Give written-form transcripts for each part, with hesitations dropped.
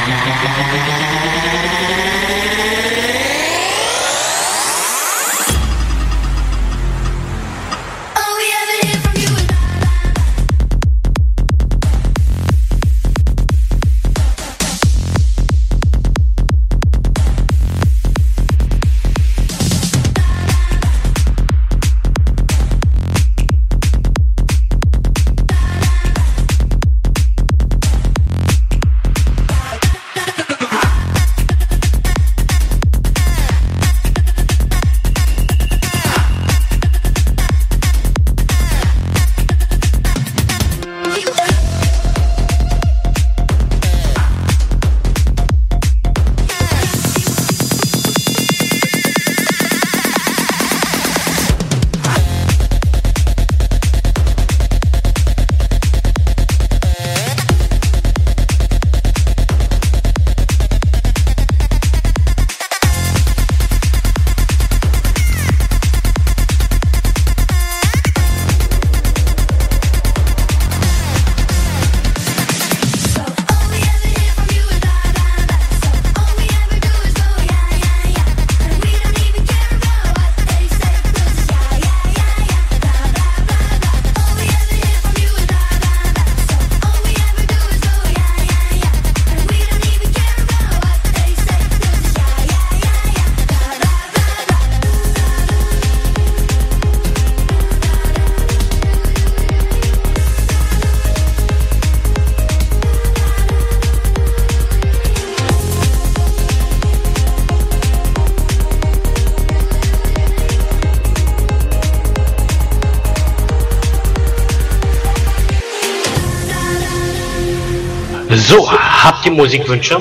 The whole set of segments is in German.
So, habt ihr Musikwünsche?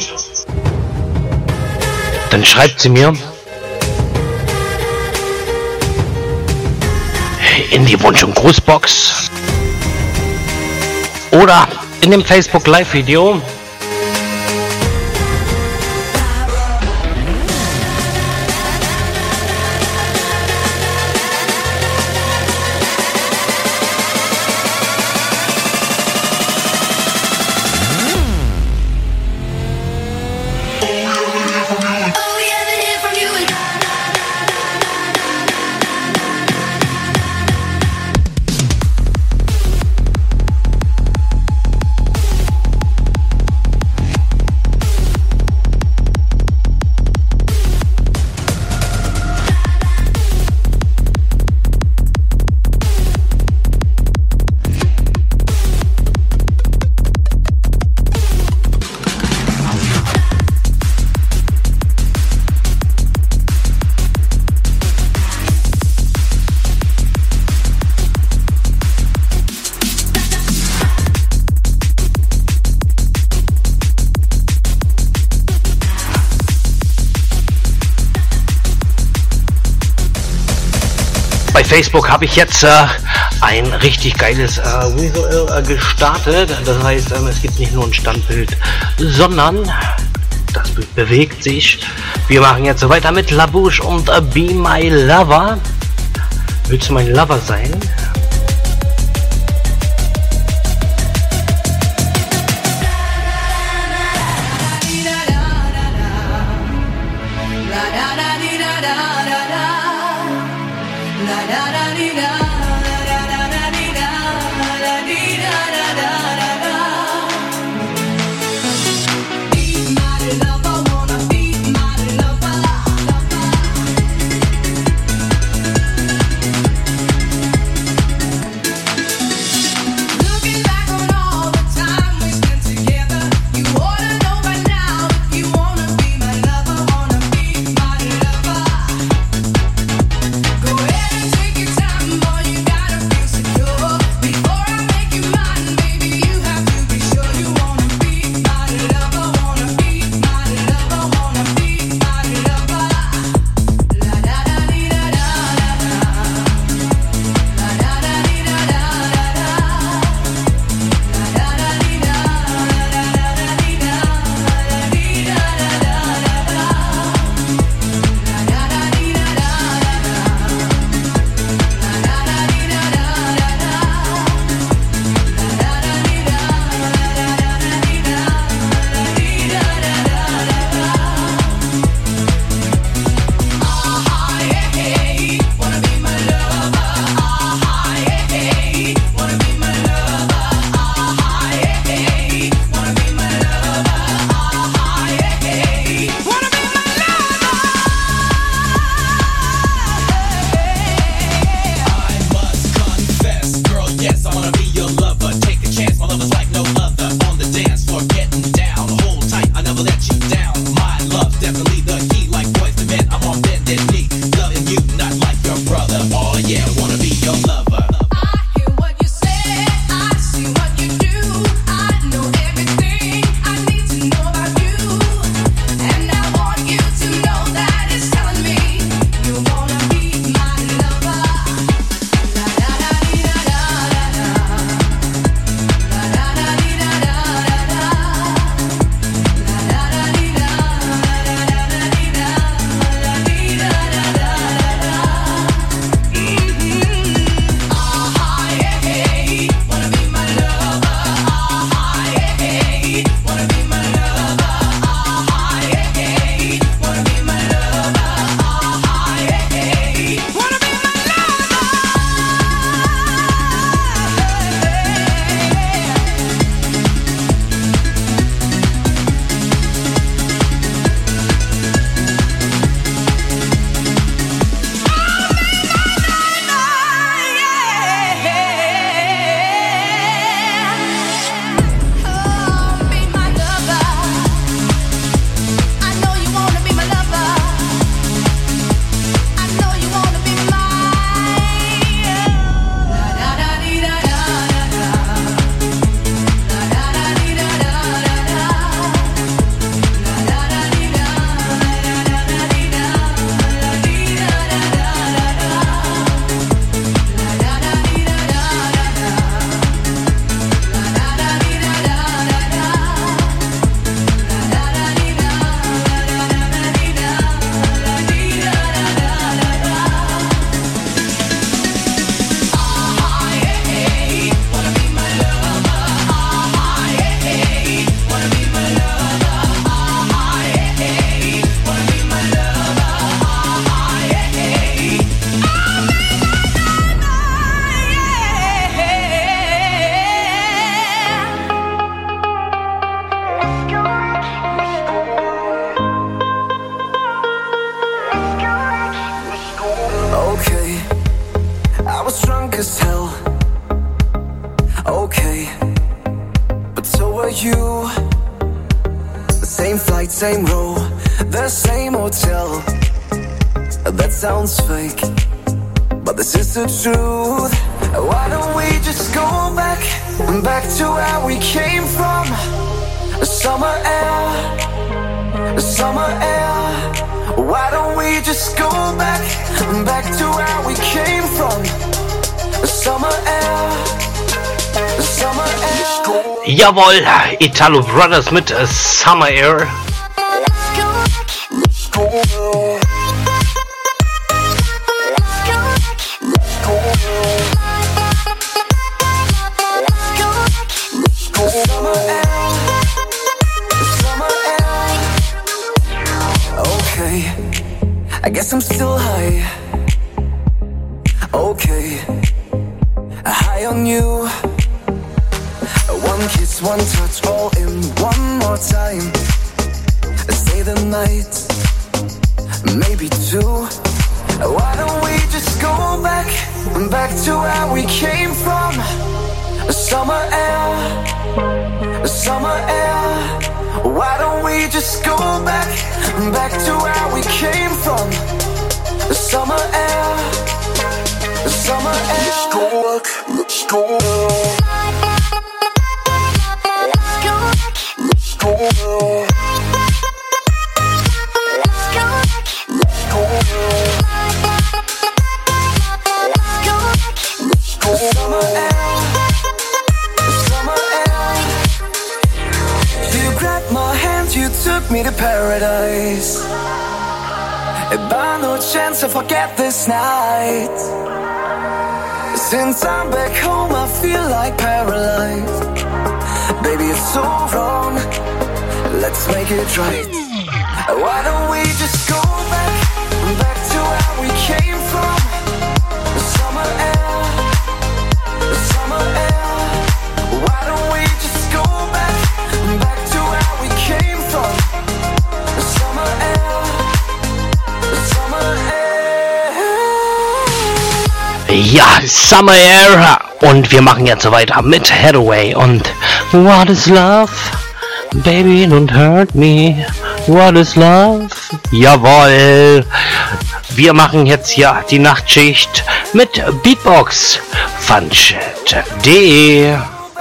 Dann schreibt sie mir in die Wunsch- und Grußbox oder in dem Facebook Live-Video. Bei Facebook habe ich jetzt ein richtig geiles Visual gestartet. Das heißt, es gibt nicht nur ein Standbild, sondern das Bild bewegt sich. Wir machen jetzt weiter mit La Bouche und Be My Lover. Willst du mein Lover sein? Boy, Same row, the same hotel. That sounds fake, but this is the truth. Why don't we just go back to where we came from? Summer air, summer air. Why don't we just go back to where we came from? Summer air, summer air. Jawohl, Italo Brothers mit Summer Air. I guess I'm still high. Okay, high on you. One kiss, one touch, all in one more time. Stay the night, maybe two. Why don't we just go back to where we came from? Summer air, summer air. Why don't we just go back to where we came from? Summer air, summer air. Let's go back, let's go back. Let's go back. Let's go back. Let's go back. Summer air, summer air. You grabbed my hand, you took me to paradise. By no chance to forget this night. Since I'm back home, I feel like paralyzed. Baby, it's so wrong. Let's make it right. Why don't we just go back to where we came from? Summer air, summer air. Why don't we just go back to where we came from? Summer air, summer air. Ja, Summer Air. Und wir machen jetzt so weiter mit Hathaway und What is Love? Baby, don't hurt me. What is Love? Jawohl. Wir machen jetzt hier die Nachtschicht mit Beatbox Funchat.de.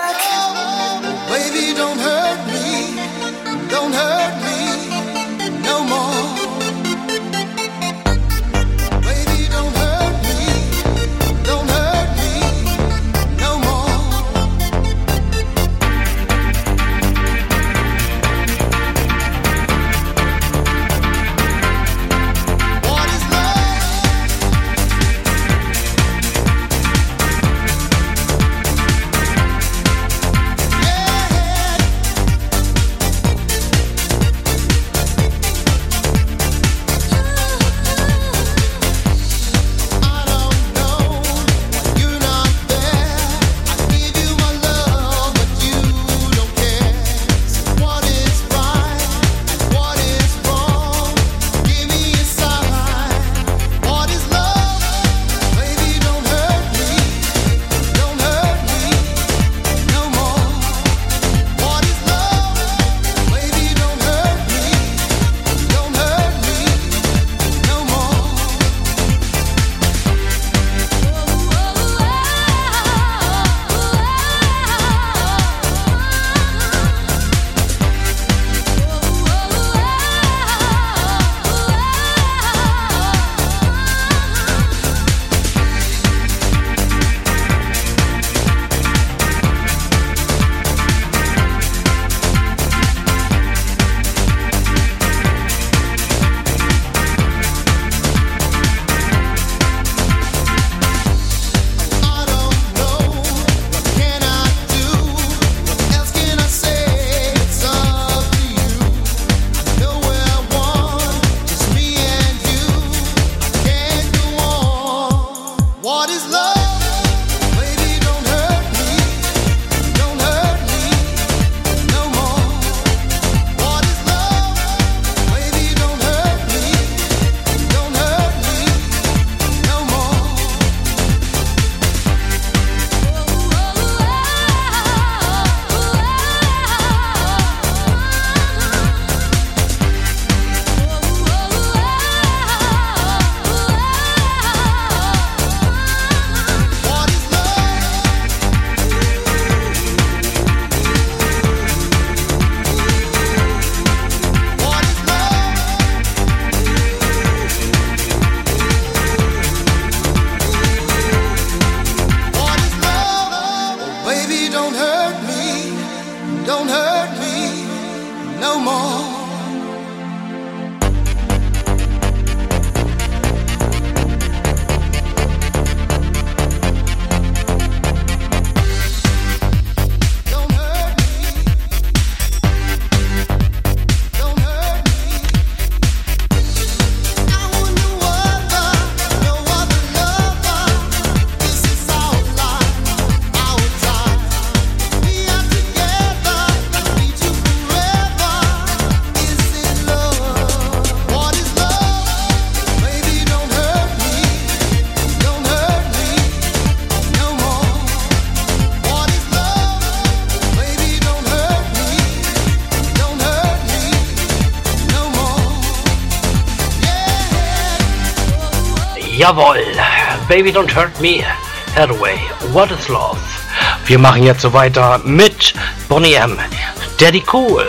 Jawohl, Baby Don't Hurt Me, Hathaway, What is Love? Wir machen jetzt so weiter mit Boney M, Daddy Cool.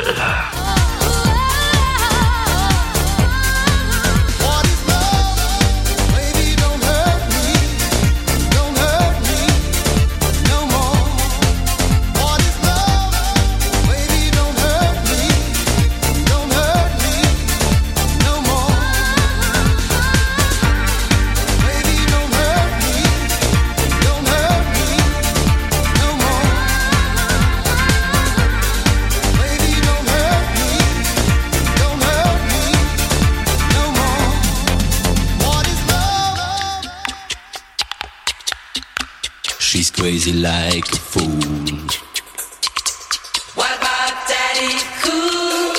She's crazy like a fool. What about Daddy Cool?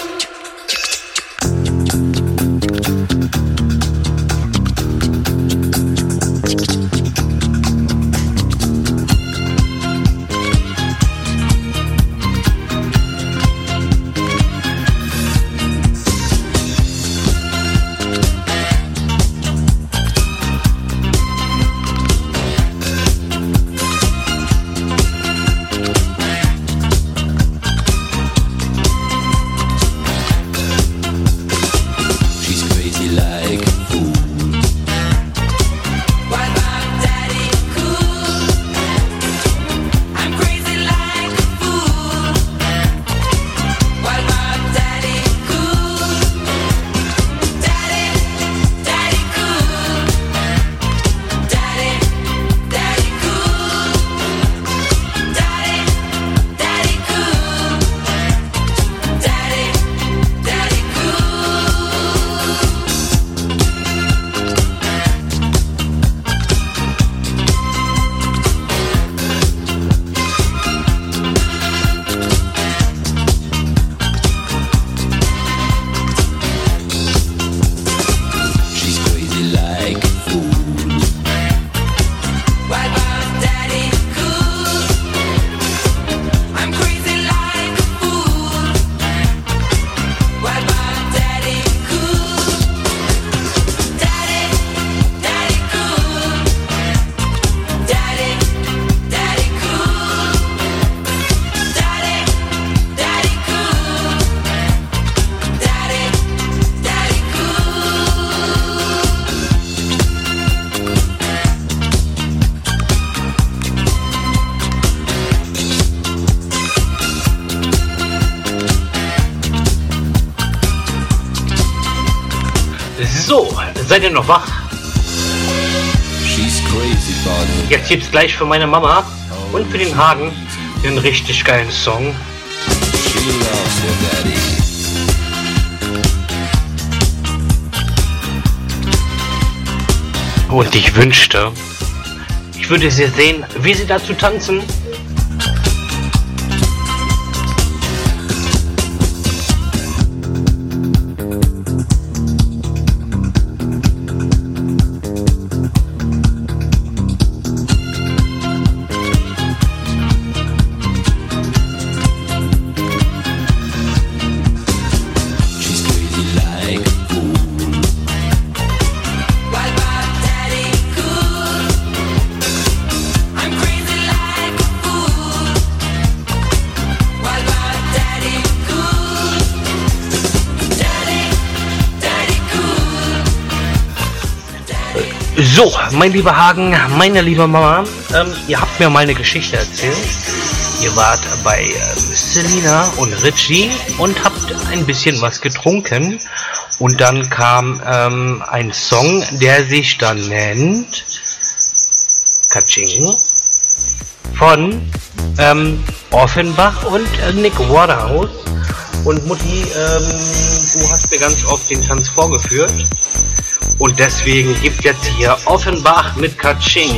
So, seid ihr noch wach? She's crazy about it. Jetzt gibt's gleich für meine Mama und für den Hagen einen richtig geilen Song. She loves her daddy. Und ich wünschte, ich würde sie sehen, wie sie dazu tanzen. So, mein lieber Hagen, meine liebe Mama, ihr habt mir mal eine Geschichte erzählt. Ihr wart bei Selina und Richie und habt ein bisschen was getrunken. Und dann kam ein Song, der sich dann nennt Katsching von Offenbach und Nick Waterhouse. Und Mutti, du hast mir ganz oft den Tanz vorgeführt. Und deswegen gibt jetzt hier Offenbach mit Katsching.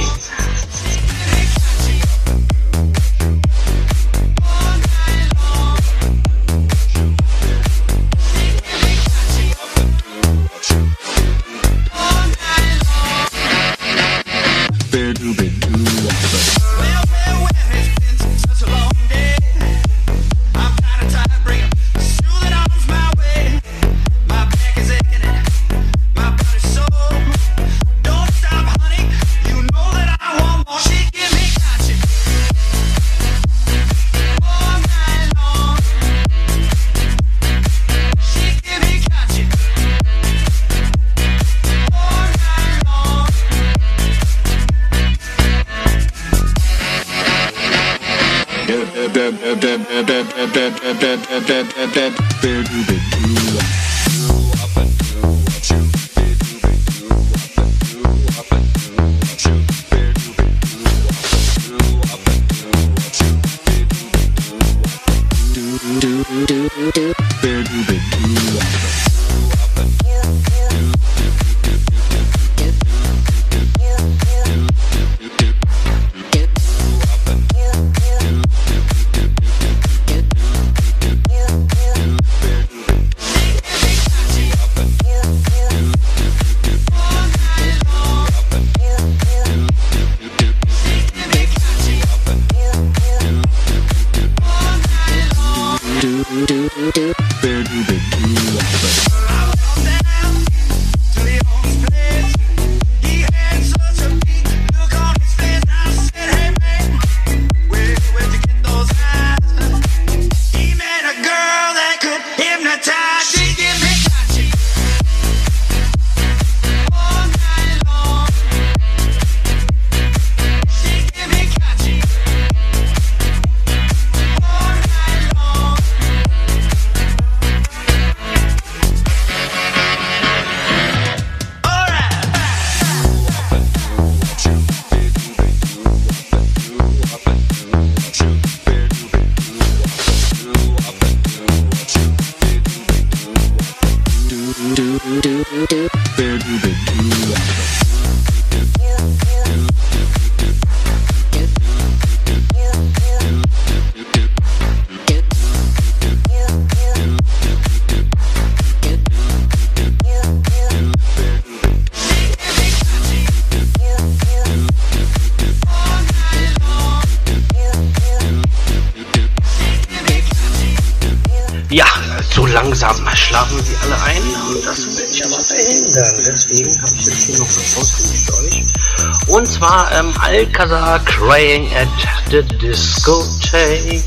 Ja, so langsam schlafen sie alle ein und das will ich aber verhindern. Deswegen habe ich jetzt hier noch was ausgesucht für euch. Und zwar Alcazar Crying at the Discotheque.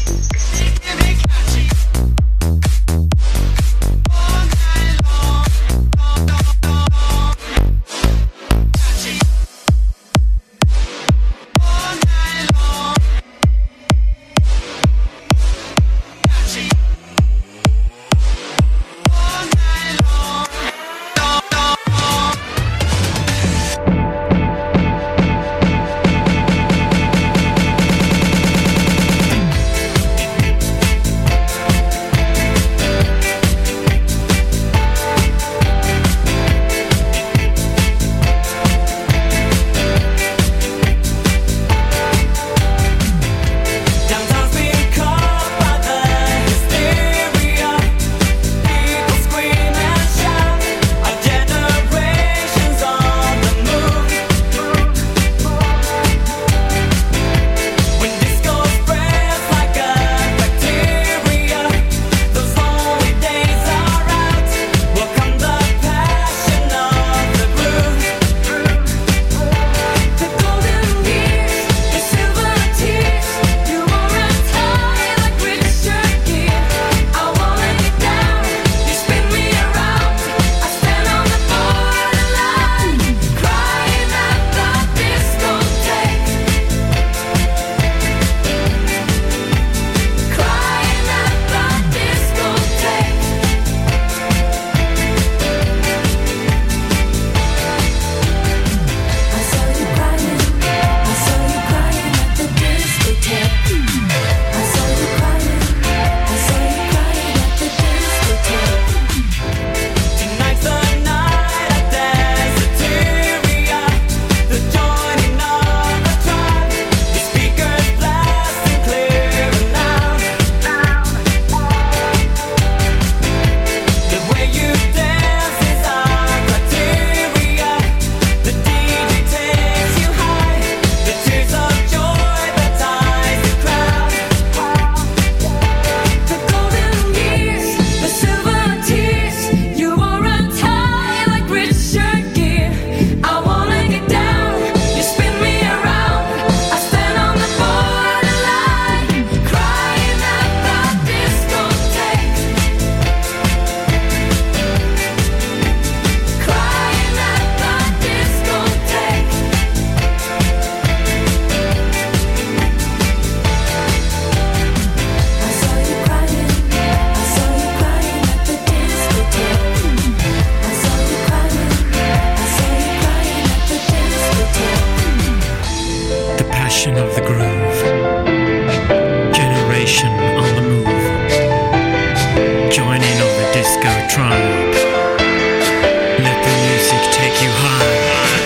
Nation of the groove, generation on the move, joining of the disco tribe. Let the music take you high.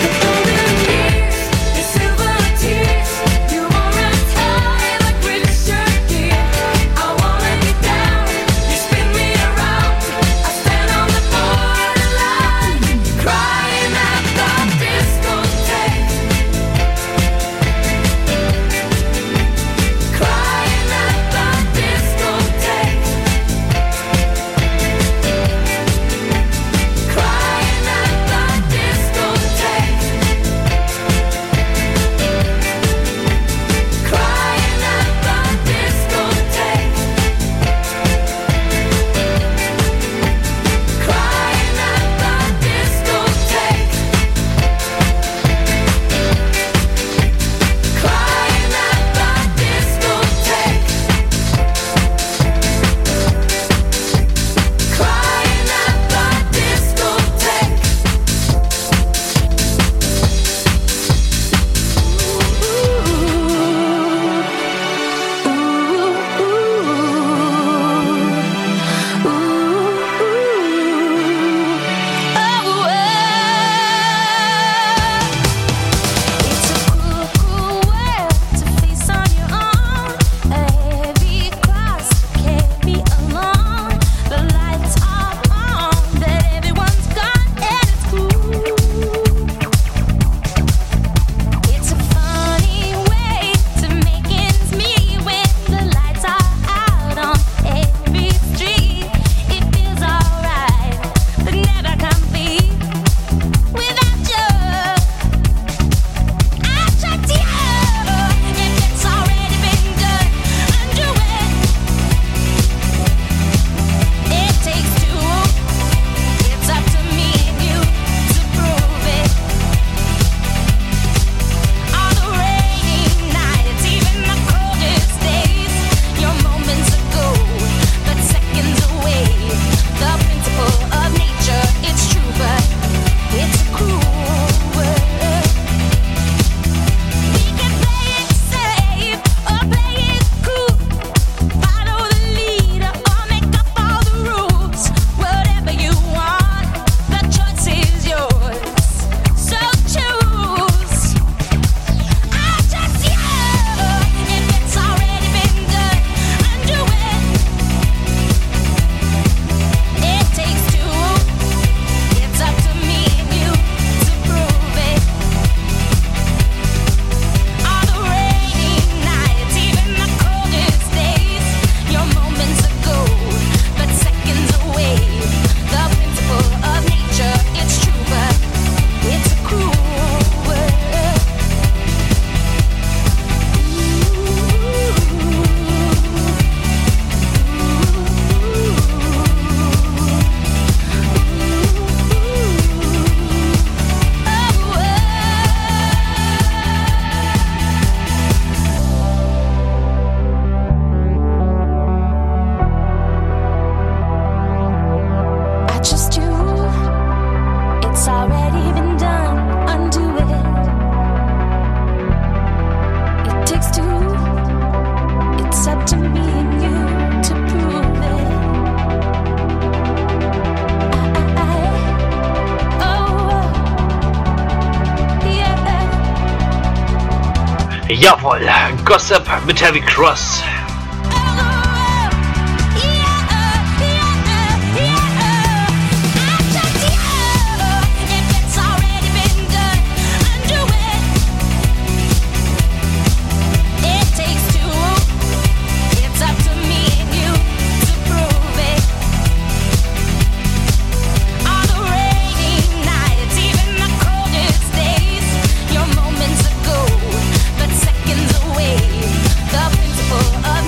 Jawohl, Gossip mit Heavy Cross. The principle of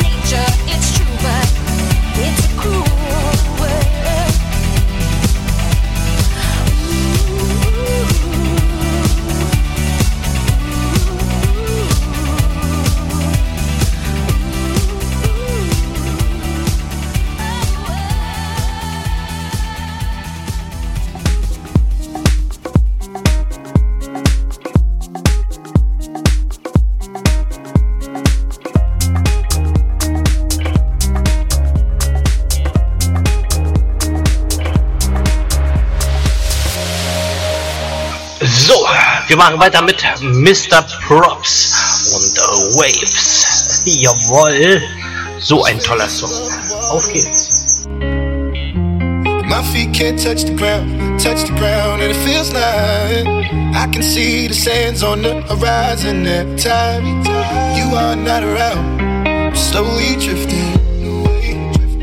Wir machen weiter mit Mr. Props und Waves. Jawohl, so ein toller Song. Auf geht's. My feet can't touch the ground, and it feels like I can see the sands on the horizon every time you are not around. Slowly drifting away,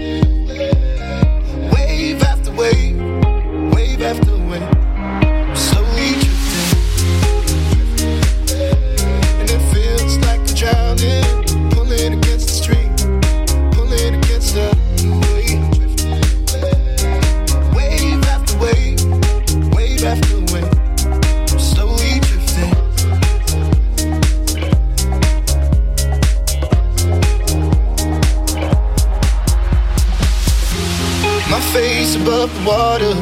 wave after wave, wave after wave. Slowly drifting, and it feels like I'm drowning, pulling against the stream, pulling against the after wave, slowly drifting. My face above the water,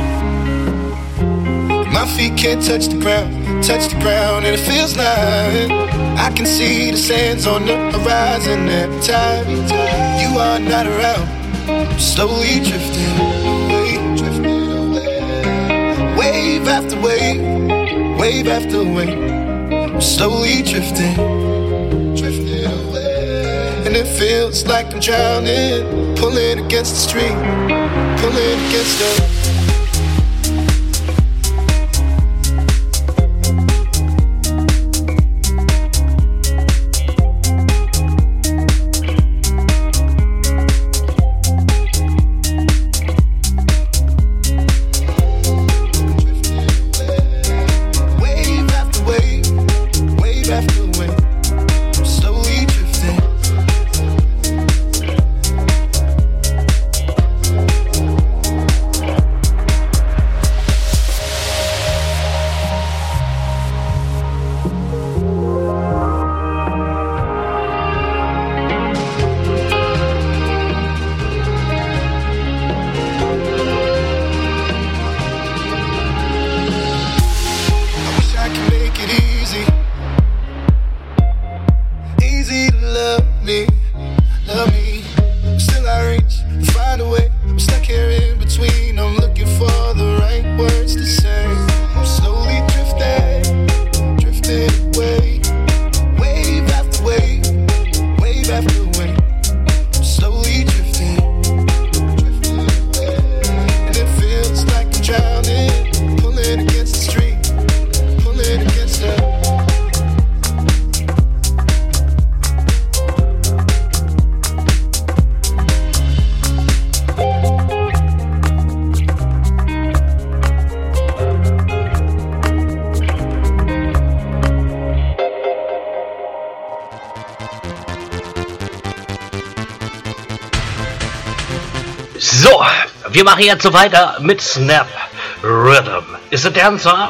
my feet can't touch the ground, and it feels like I can see the sands on the horizon every time you are not around. Slowly drifting away, drifting away. Wave after wave, wave after wave, slowly drifting, drifting away. And it feels like I'm drowning, pulling against the stream, pulling against the So, wir machen jetzt so weiter mit Snap Rhythm. Is a dancer?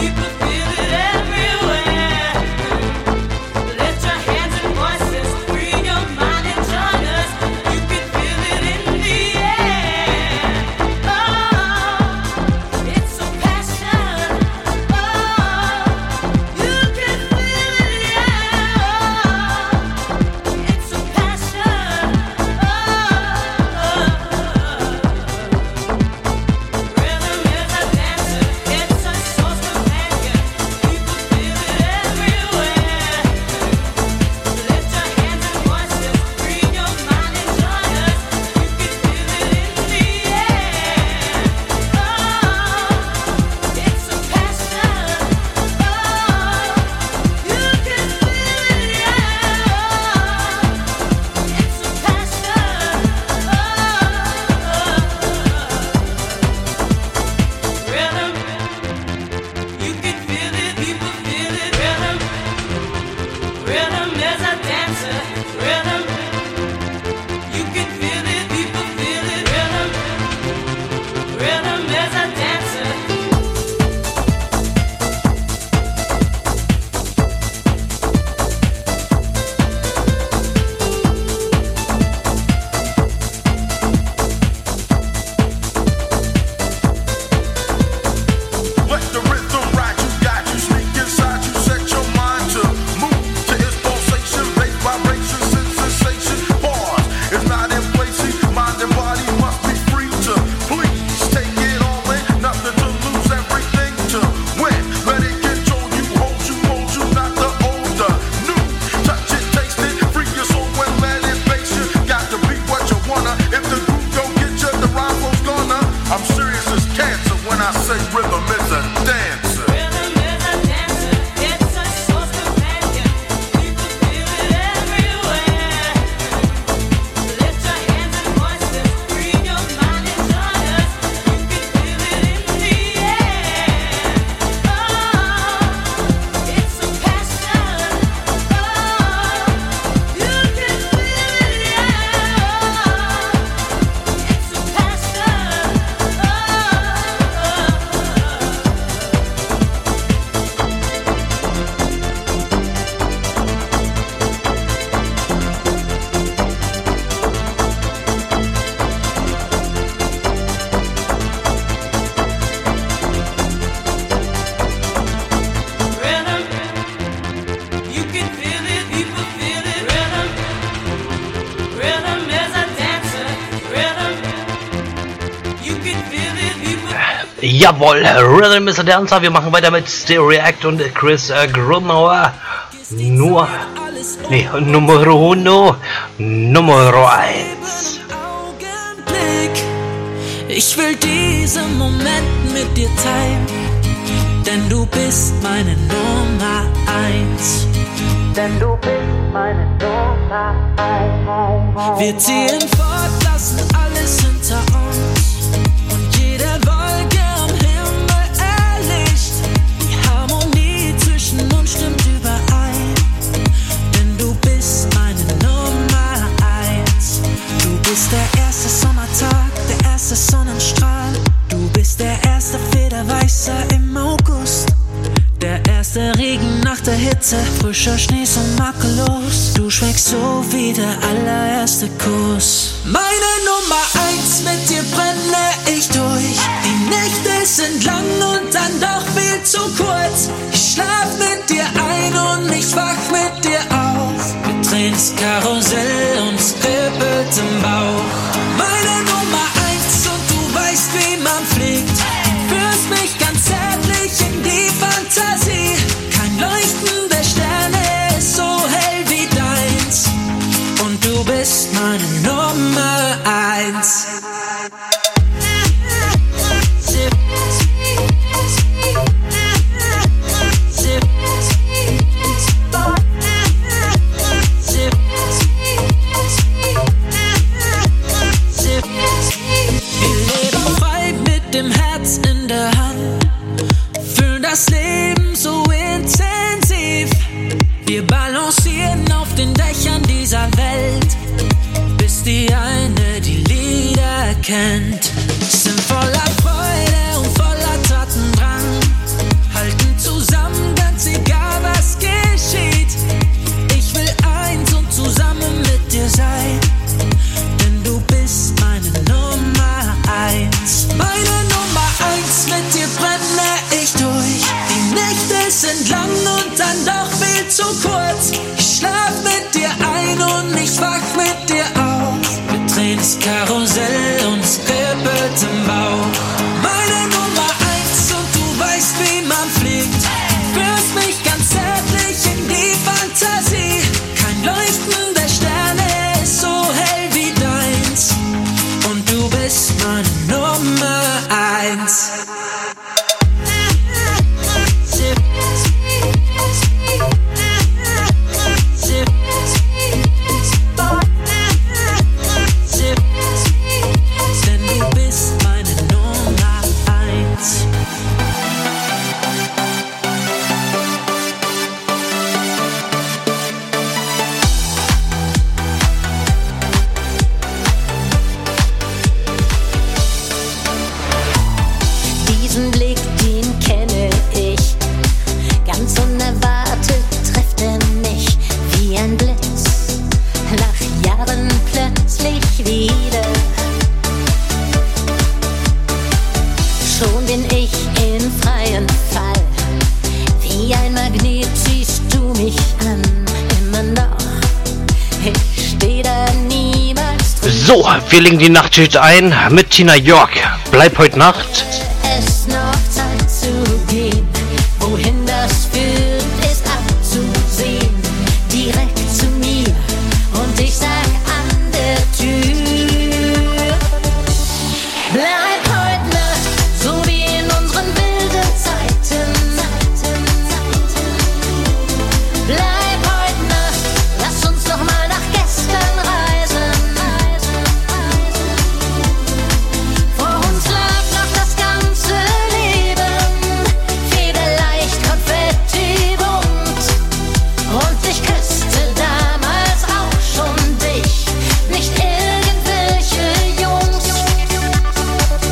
Let your hands and voices free. Jawohl, Rhythm is a Dancer. Wir machen weiter mit Stereact und Chris Grunauer. Numero 1. Ich will diesen Moment mit dir teilen, denn du bist meine Nummer 1. Denn du bist meine Nummer 1. Wir ziehen fort, lassen alles hinter uns und jede Wolke am Himmel erlischt. Die Harmonie zwischen uns stimmt überein, denn du bist meine Nummer 1. Du bist der erste Sommertag, der erste Sonnenstrahl. Du bist der erste Federweißer im August. Der erste Regen nach der Hitze, frischer Schnee so makellos. Du schmeckst so wie der allererste Kuss. Meine Nummer 1, mit dir brenne ich durch. Die Nächte sind lang und dann doch viel zu kurz. Ich schlaf mit dir ein und ich wach mit dir auf. Wir drehen das Karussell und es kribbelt im Bauch. Meine Nummer 1 und du weißt, wie man fliegt. Führst mich ganz zärtlich in die Fantasie. Kein Leuchten der Sterne ist so hell wie deins. Und du bist meine Nummer 1. Das Leben so intensiv. Wir balancieren auf den Dächern dieser Welt, bis die eine die Lieder kennt. Sind voller Freude und voller Tatendrang, halten zusammen, ganz egal was geschieht. Ich will eins und zusammen mit dir sein, denn du bist meine Nummer 1. Meine Nummer 1, mit dir brenne ich durch. Die Nächte sind lang und dann doch viel zu kurz. Ich schlaf mit dir ein und ich wach mit dir auf. Wir drehen das Karussell und es kribbelt im Bauch. Meine Nummer 1 und du weißt, wie man fliegt. Führst mich ganz zärtlich in die Fantasie. Kein Leuchten der Sterne ist so hell wie deins. Und du bist meine Nummer 1. So, wir legen die Nachtschicht ein mit Tina York. Bleib heute Nacht. Es noch Zeit zu gehen. Wohin das führt, ist abzusehen. Direkt zu mir und ich sag an der Tür. Bleib heute Nacht, so wie in unseren wilden Zeiten. Bleib heute Nacht, lass uns noch mal nach gestern reisen. Vor uns lag noch das ganze Leben, federleicht Konfetti bunt. Und ich küsste damals auch schon dich, nicht irgendwelche Jungs.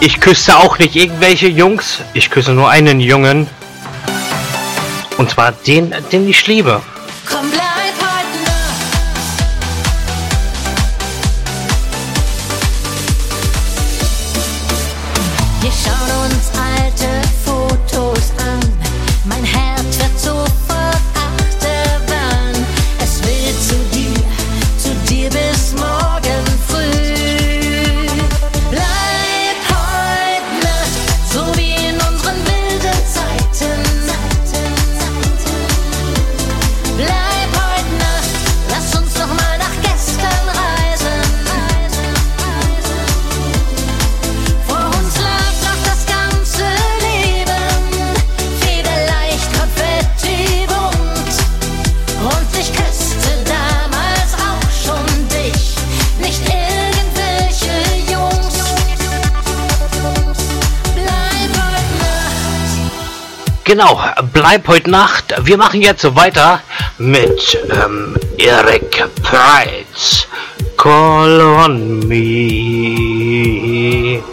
Ich küsse auch nicht irgendwelche Jungs. Ich küsse nur einen Jungen. Und zwar den ich liebe. Komm, bleib heute Nacht. Wir schauen uns alte Fotos an. Mein Herz wird sofort Achterbahn. Es will zu dir bis morgen früh. Bleib heute Nacht, so wie in unseren wilden Zeiten. Bleib heute Nacht, lass uns noch mal nach gestern reisen. Vor uns lag noch das ganze Leben, federleicht Konfetti bunt. Und ich küsste damals auch schon dich, nicht irgendwelche Jungs. Bleib heute Nacht. Genau, bleib heute Nacht. Wir machen jetzt so weiter mit Eric Prydz. Call on me.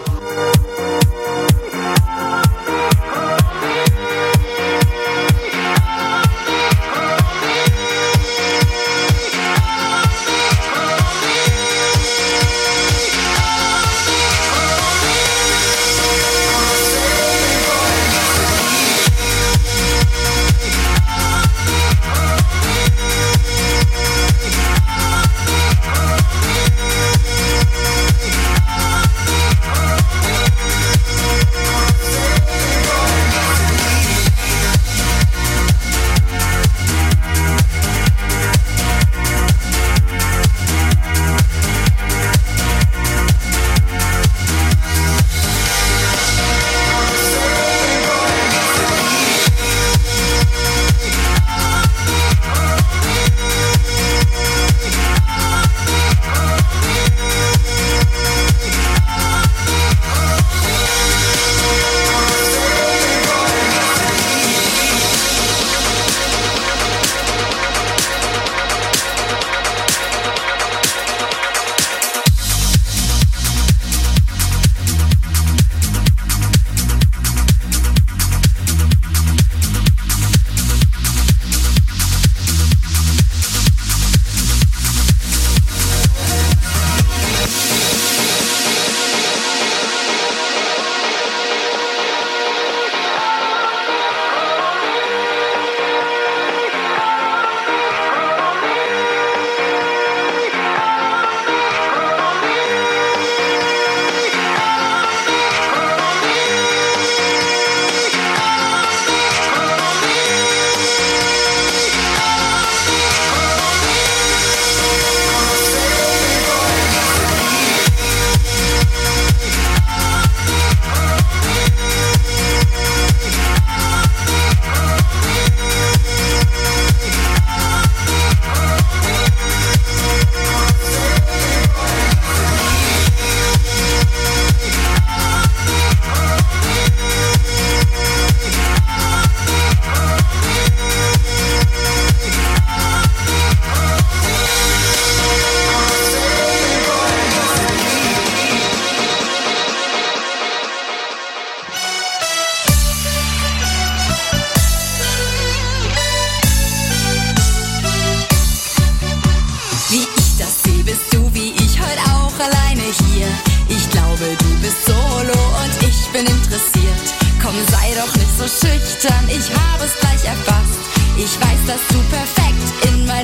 schüchtern, ich habe es gleich erfasst. Ich weiß, dass du perfekt in mein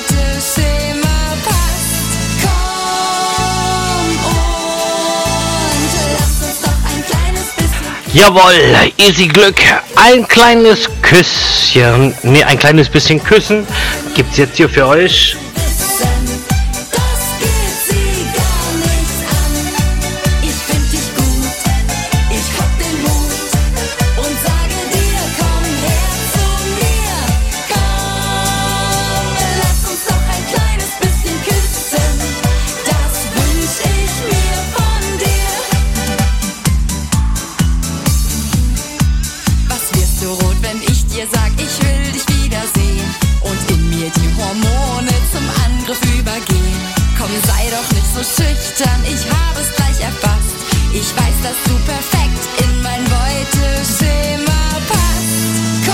Beuteschema passt. Komm und lass uns doch ein kleines bisschen... Jawohl, easy Glück. Ein kleines Küsschen, ein kleines bisschen Küssen gibt's jetzt hier für euch. Schüchtern, ich habe es gleich erfasst. Ich weiß, dass du perfekt in mein Beuteschema passt.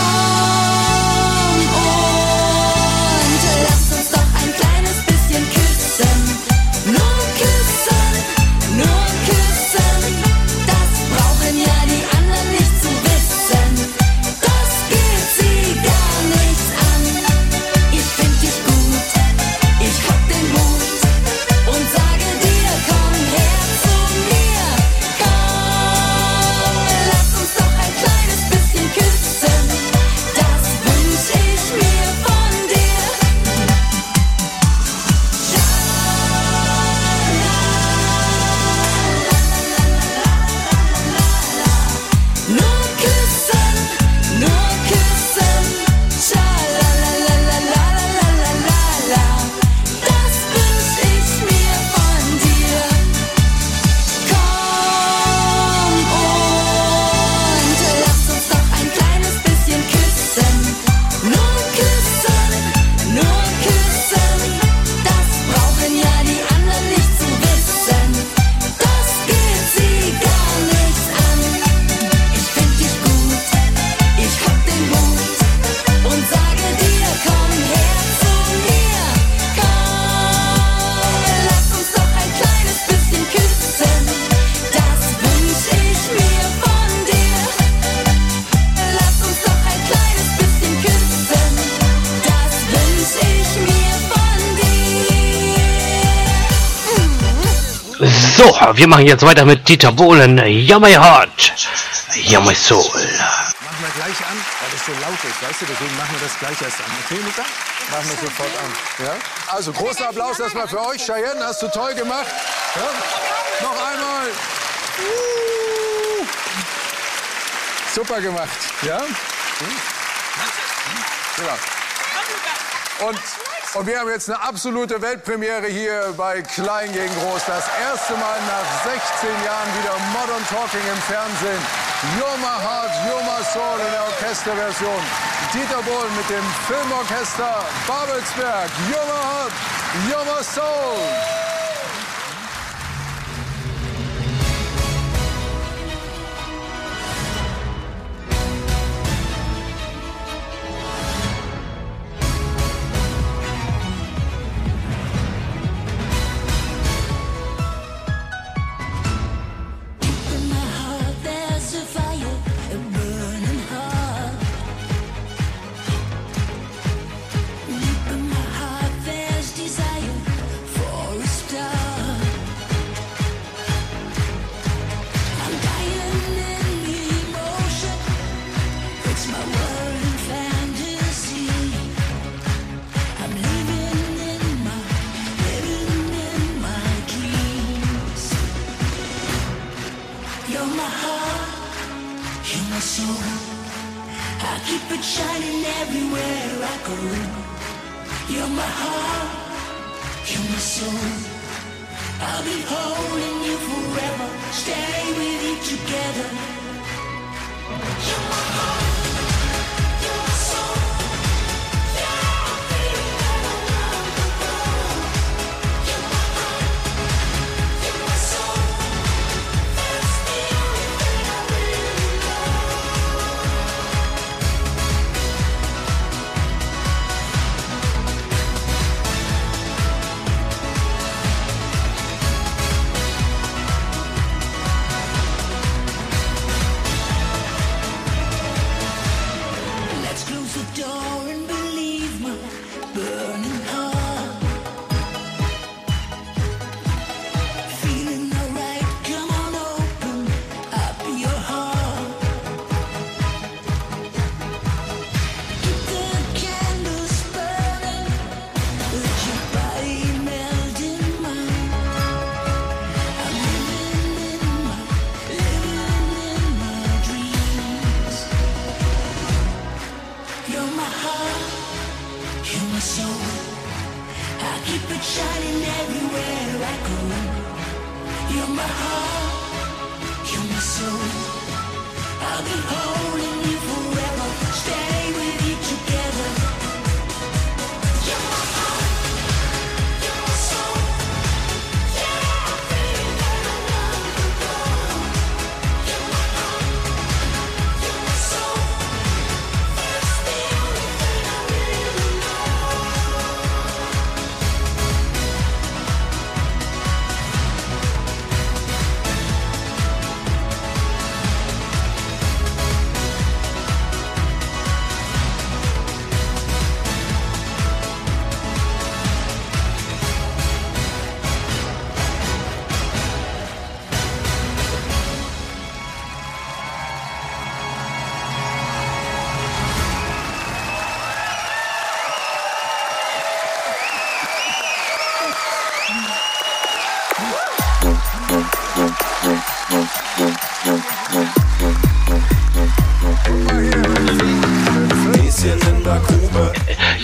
Komm und lass uns doch ein kleines bisschen küssen. Nur küssen, nur küssen. Das brauchen ja die anderen nicht zu wissen. Das geht sie gar nichts an. Ich find dich gut, ich hab den Mut und sage dir, komm her zu mir. Komm, lass uns doch ein kleines bisschen küssen. Das wünsch ich mir von dir. Nur küssen, nur küssen. Scha-la-la-la-la-la-la-la-la. Das wünsch ich mir von dir. Komm und lass uns doch ein kleines bisschen küssen. Nur küssen, nur küssen. Das brauchen ja die anderen nicht zu wissen. Das geht sie gar nichts an. Ich find dich gut, ich hab den Mut und sage dir, komm her zu mir. Komm, lass uns doch ein kleines bisschen küssen. Das wünsch ich mir von dir. Lass uns doch ein kleines bisschen küssen. Das wünsch ich mir von dir. So, wir machen jetzt weiter mit Dieter Bohlen. You're my heart, you're my soul. Machen wir gleich an, weil es so laut ist, weißt du, deswegen machen wir das gleich erst an. Okay, Mika? Machen wir sofort an. Ja? Also, großen Applaus erstmal für euch. Cheyenne, hast du toll gemacht. Ja? Noch einmal. Super gemacht. Ja? Ja. Und wir haben jetzt eine absolute Weltpremiere hier bei Klein gegen Groß. Das erste Mal nach 16 Jahren wieder Modern Talking im Fernsehen. You're my heart, you're my soul in der Orchesterversion. Dieter Bohlen mit dem Filmorchester Babelsberg. You're my heart, you're my soul. In my heart there's a fire, a burning heart. Deep in my heart there's desire for a star. I'm dying in emotion. It's my world in fantasy. I'm living in my dreams. You're my heart, you're my soul. I keep it shining everywhere I go. You're my heart, you're my soul. I'll be holding you forever, stay with you together. You're my heart, you're my soul. Yeah, I'm feeling that around the world. You're my heart, you're my soul. That's the only thing I really know. Let's close the door and believe my burning heart. Feeling alright, come on, open up your heart. Keep the candles burning, let your body melt in mine. I'm living in my dreams. You're my heart, you're my soul. I keep it shining everywhere I go. You're my heart, you're my soul. I'll be holding you forever, stay with you together. You're my heart, you're my soul. Yeah, I'm feeling that around the world.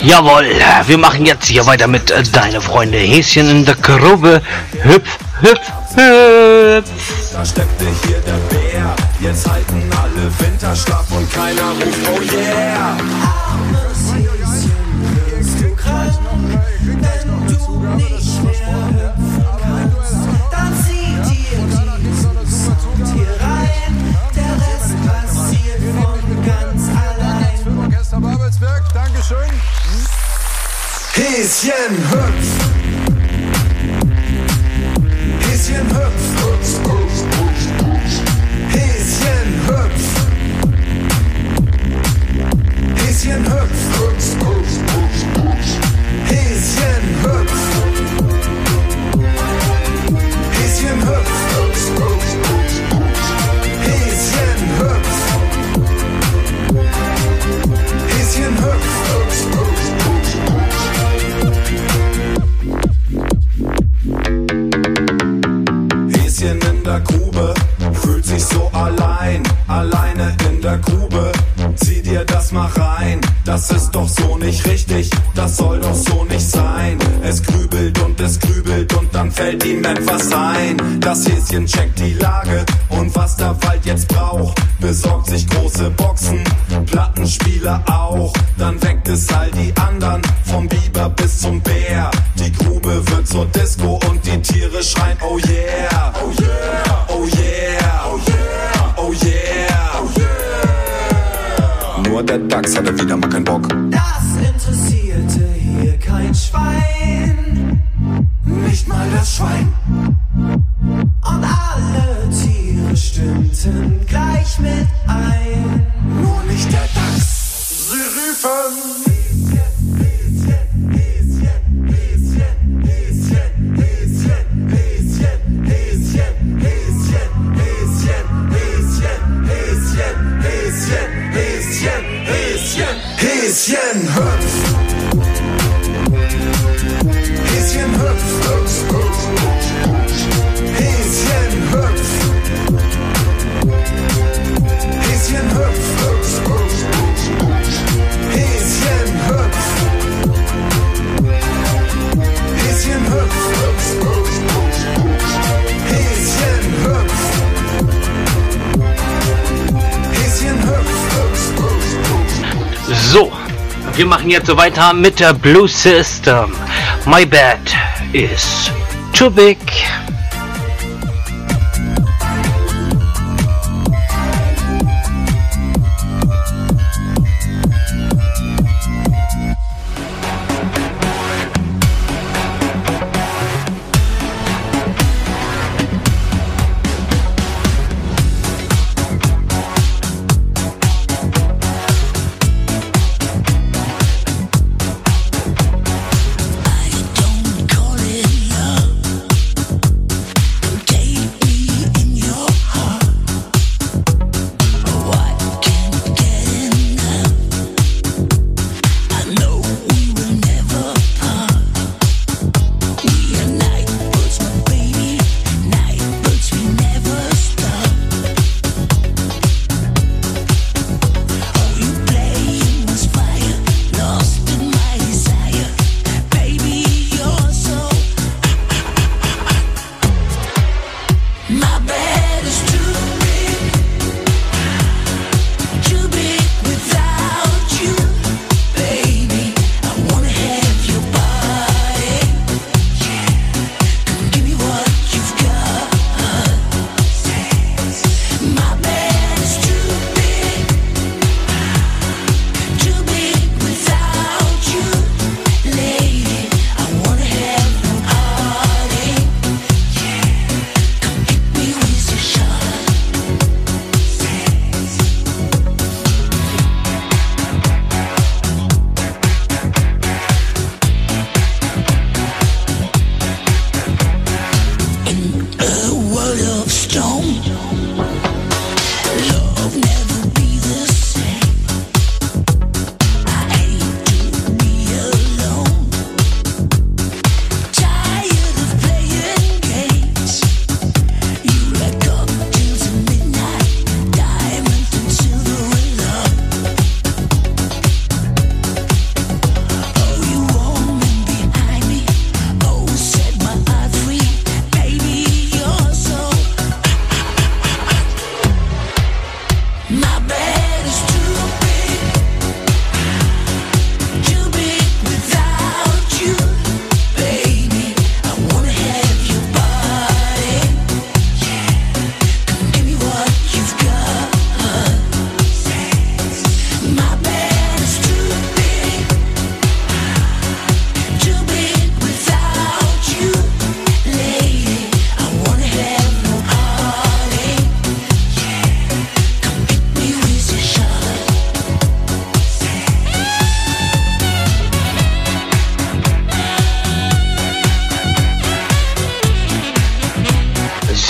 Jawohl, wir machen jetzt hier weiter mit Deine Freunde. Häschen in der Grube. Hüpf, hüpf, hüpf. Da steckte hier der Bär. Jetzt halten alle Winterschlaf und keiner ruft oh yeah. Armes Häschen, wirst du krank, wenn du nicht mehr hüpfen kannst. Dann zieh dir dieses Zug hier rein. Der Rest passiert von ganz allein. Orchester Babelsberg, Dankeschön. Häschen hüpft. Häschen hüpft. Häschen hüpft. Häschen hüpft. Häschen hüpft. Häschen hüpft. Häschen hüpft. Häschen hüpft. Häschen in der Grube, fühlt sich so allein, alleine in der Grube. Zieh dir das mal rein, das ist doch so nicht richtig, das soll doch so nicht sein. Es grübelt und dann fällt ihm etwas ein. Das Häschen checkt die Lage und was der Wald jetzt braucht. Besorgt sich große Boxen, Plattenspieler auch. Dann weckt es all die anderen, vom Biber bis zum Bär. Die Grube wird zur Disco und die Tiere schreien oh yeah, oh yeah, oh yeah, oh yeah, oh yeah, oh yeah. Nur der Dachs hatte wieder mal keinen Bock. Das interessierte hier kein Schwein, nicht mal das Schwein. Und alle Tiere stimmten gleich mit ein, nur nicht der Dachs. Sie riefen Häschen hüpft. Häschen hüpft. Häschen hüpft. Häschen hüpft. Häschen hüpft. Häschen hüpft. Häschen hüpft. Häschen hüpft. So, wir machen jetzt so weiter mit der Blue System. My bed is too big. I don't call it love.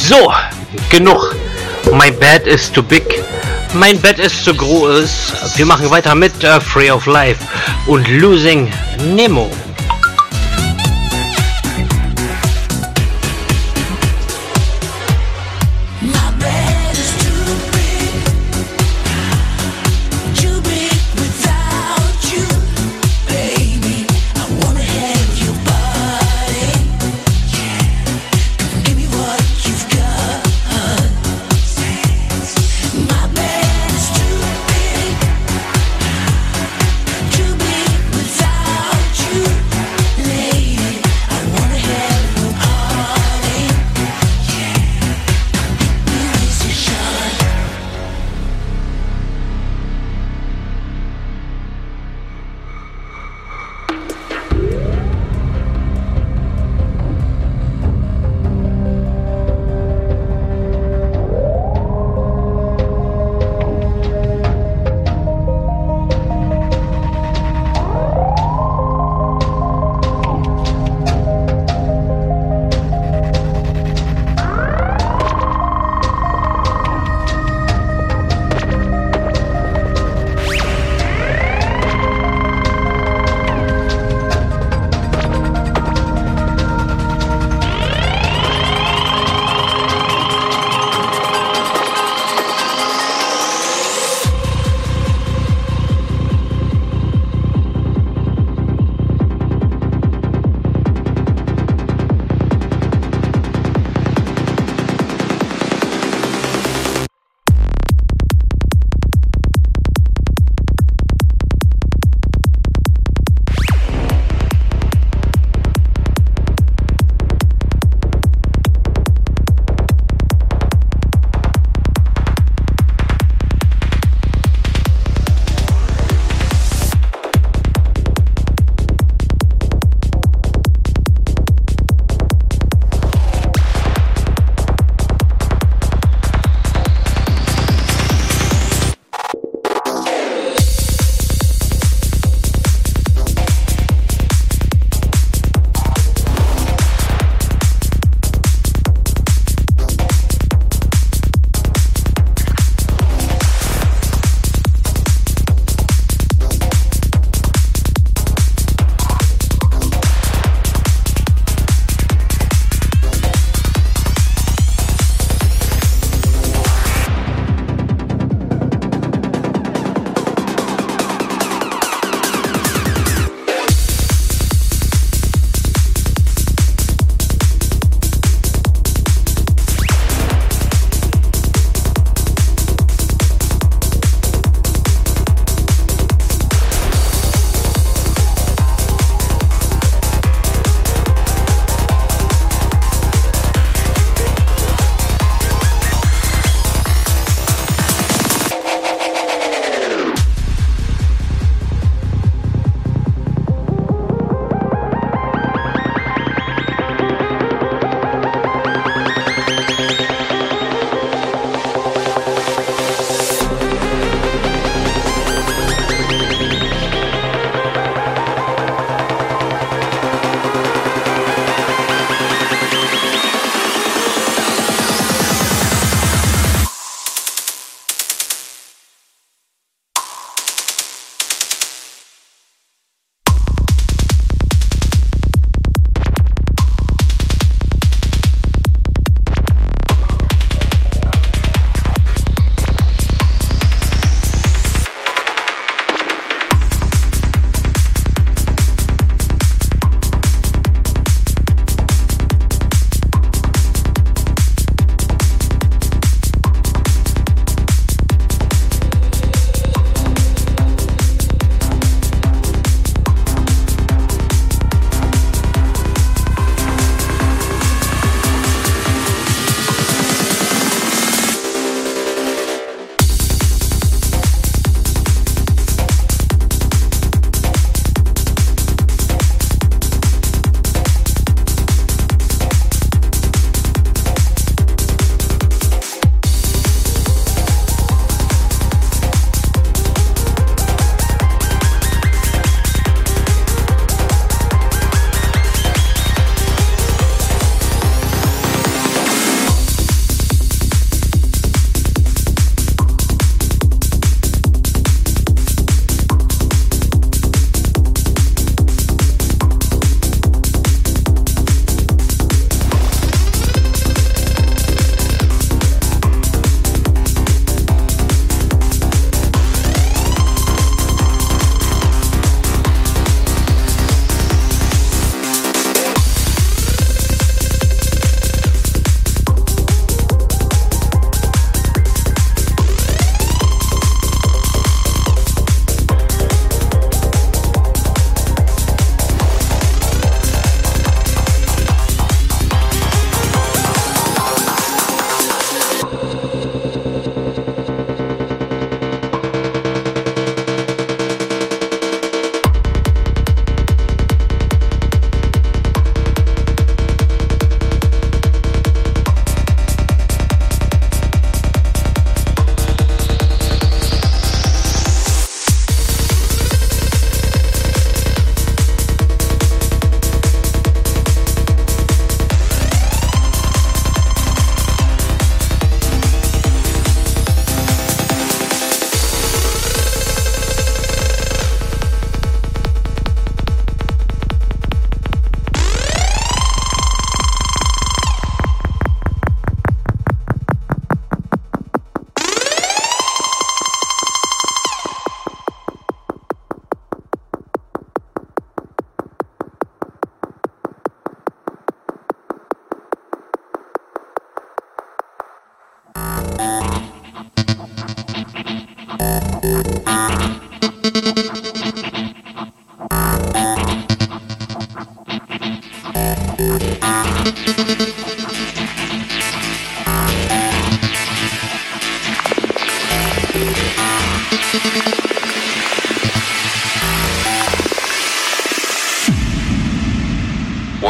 So, genug. Mein Bed is too big. Mein Bett ist zu groß. Wir machen weiter mit Free of Life und Losing Nemo. You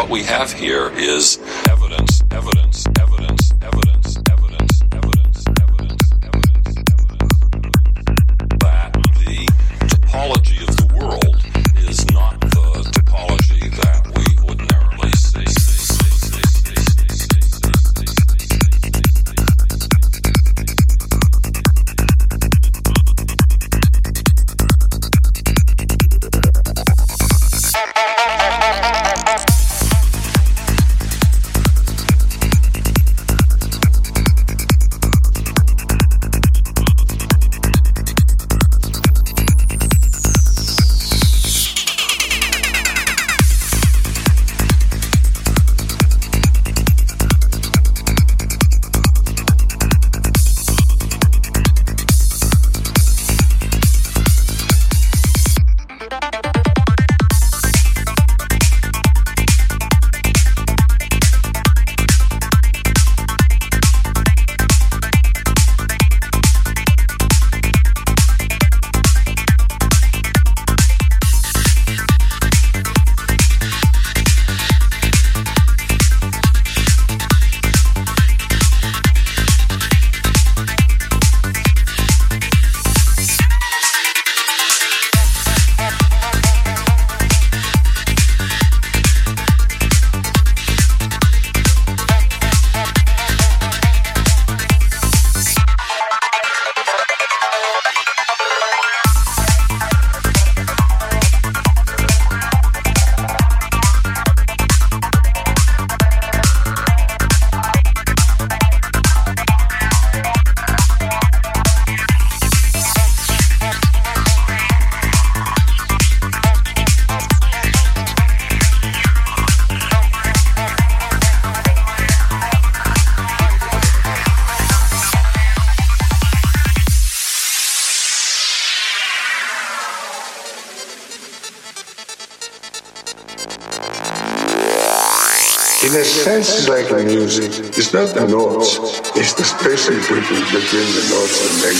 what we have here is evidence that the topology of the world is not the topology that we ordinarily see. In a sense, like music, it's not the notes, it's the space between the notes and the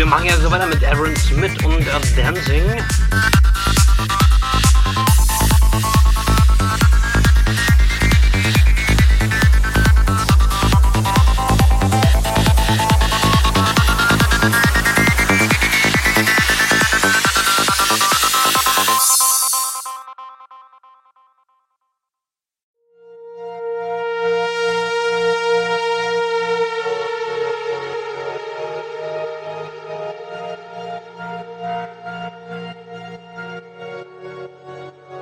wir machen ja so weiter mit Aaron Smith und Dancing.